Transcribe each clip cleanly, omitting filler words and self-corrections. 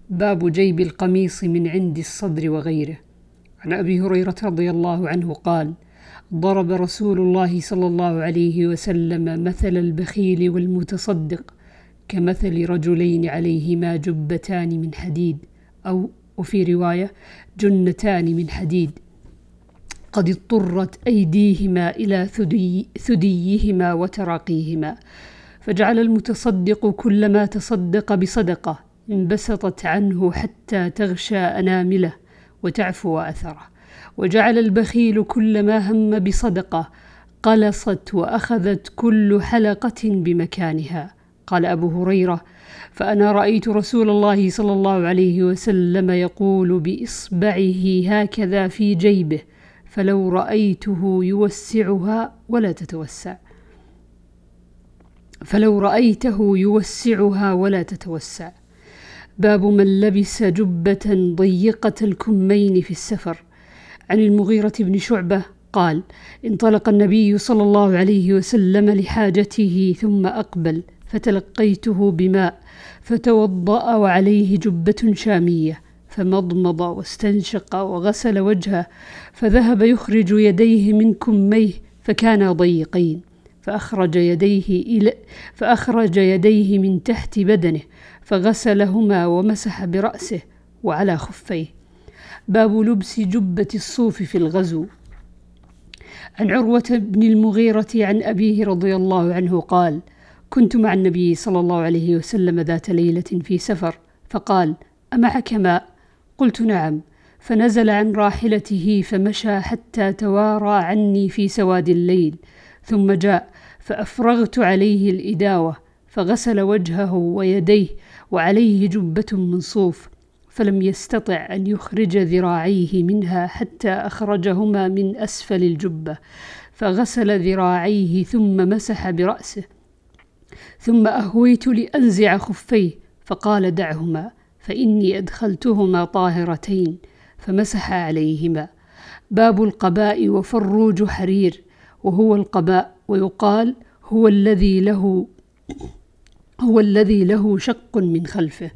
باب جيب القميص من عند الصدر وغيره. عن أبي هريرة رضي الله عنه قال: ضرب رسول الله صلى الله عليه وسلم مثل البخيل والمتصدق كمثل رجلين عليهما جبتان من حديد، أو وفي رواية جنتان من حديد، قد اضطرت أيديهما إلى ثديهما وتراقيهما، فجعل المتصدق كلما تصدق بصدقة انبسطت عنه حتى تغشى أنامله وتعفو أثره، وجعل البخيل كلما هم بصدقة قلصت وأخذت كل حلقة بمكانها. قال أبو هريرة: فأنا رأيت رسول الله صلى الله عليه وسلم يقول بإصبعه هكذا في جيبه، فلو رأيته يوسعها ولا تتوسع، باب من لبس جبة ضيقة الكمين في السفر. عن المغيرة بن شعبة قال: انطلق النبي صلى الله عليه وسلم لحاجته ثم أقبل، فتلقيته بماء فتوضأ وعليه جبة شامية، فمضمض واستنشق وغسل وجهه، فذهب يخرج يديه من كميه فكانا ضيقين، فأخرج يديه من تحت بدنه فغسلهما ومسح برأسه وعلى خفيه. باب لبس جبة الصوف في الغزو. عن عروة بن المغيرة عن أبيه رضي الله عنه قال: كنت مع النبي صلى الله عليه وسلم ذات ليلة في سفر، فقال: أمعك ماء؟ قلت: نعم. فنزل عن راحلته فمشى حتى توارى عني في سواد الليل، ثم جاء فأفرغت عليه الإداوة، فغسل وجهه ويديه وعليه جبة من صوف، فلم يستطع أن يخرج ذراعيه منها حتى أخرجهما من أسفل الجبة، فغسل ذراعيه ثم مسح برأسه، ثم أهويت لأنزع خفيه، فقال: دعهما فإني أدخلتهما طاهرتين، فمسح عليهما. باب القباء وفروج حرير، وهو القباء، ويقال هو الذي له شق من خلفه.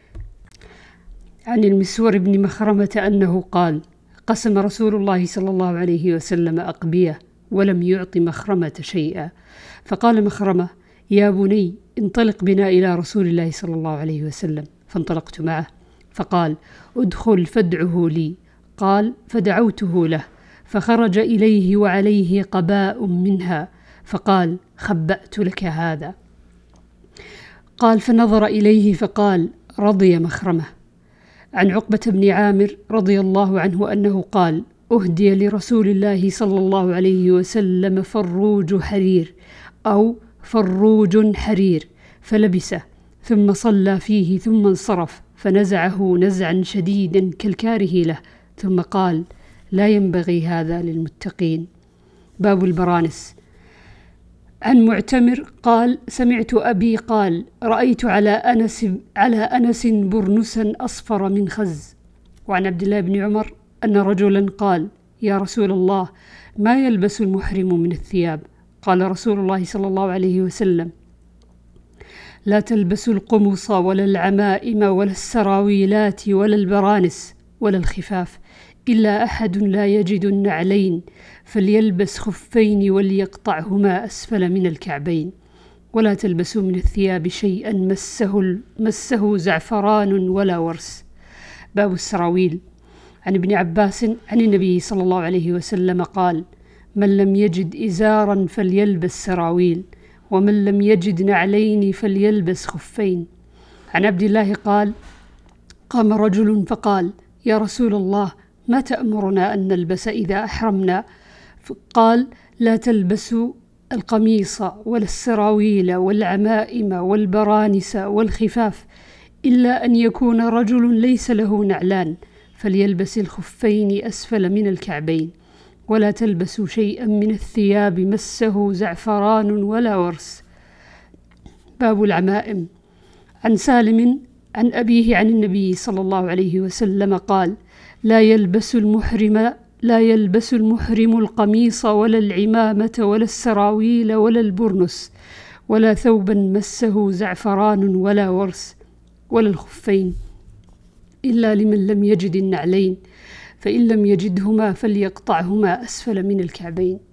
عن المسور بن مخرمة أنه قال: قسم رسول الله صلى الله عليه وسلم أقبية ولم يعط مخرمة شيئا، فقال مخرمة: يا بني انطلق بنا إلى رسول الله صلى الله عليه وسلم، فانطلقت معه، فقال: ادخل فادعه لي. قال: فدعوته له، فخرج إليه وعليه قباء منها، فقال: خبأت لك هذا. قال: فنظر إليه فقال: رضي مخرمة. عن عقبة بن عامر رضي الله عنه أنه قال: أهدي لرسول الله صلى الله عليه وسلم فروج حرير أو فروج حرير، فلبسه ثم صلى فيه، ثم انصرف فنزعه نزعا شديدا كالكاره له، ثم قال: لا ينبغي هذا للمتقين. باب البرانس. عن معتمر قال: سمعت أبي قال: رأيت على أنس برنسا أصفر من خز. وعن عبد الله بن عمر أن رجلا قال: يا رسول الله، ما يلبس المحرم من الثياب؟ قال رسول الله صلى الله عليه وسلم: لا تلبسوا القمص ولا العمائم ولا السراويلات ولا البرانس ولا الخفاف، إلا أحد لا يجد النعلين فليلبس خفين وليقطعهما أسفل من الكعبين، ولا تلبسوا من الثياب شيئا مسه زعفران ولا ورس. باب السراويل. عن ابن عباس عن النبي صلى الله عليه وسلم قال: من لم يجد إزارا فليلبس سراويل، ومن لم يجد نعلين فليلبس خفين. عن عبد الله قال: قام رجل فقال: يا رسول الله، ما تأمرنا أن نلبس إذا أحرمنا؟ قال: لا تلبسوا القميص ولا السراويل والعمائم والبرانس والخفاف، إلا أن يكون رجل ليس له نعلان فليلبس الخفين أسفل من الكعبين، ولا تلبسوا شيئا من الثياب مسه زعفران ولا ورس. باب العمائم. عن سالم عن أبيه عن النبي صلى الله عليه وسلم قال: لا يلبس المحرم القميص ولا العمامة ولا السراويل ولا البرنس ولا ثوبا مسه زعفران ولا ورس ولا الخفين. إلا لمن لم يجد النعلين، فإن لم يجدهما فليقطعهما أسفل من الكعبين.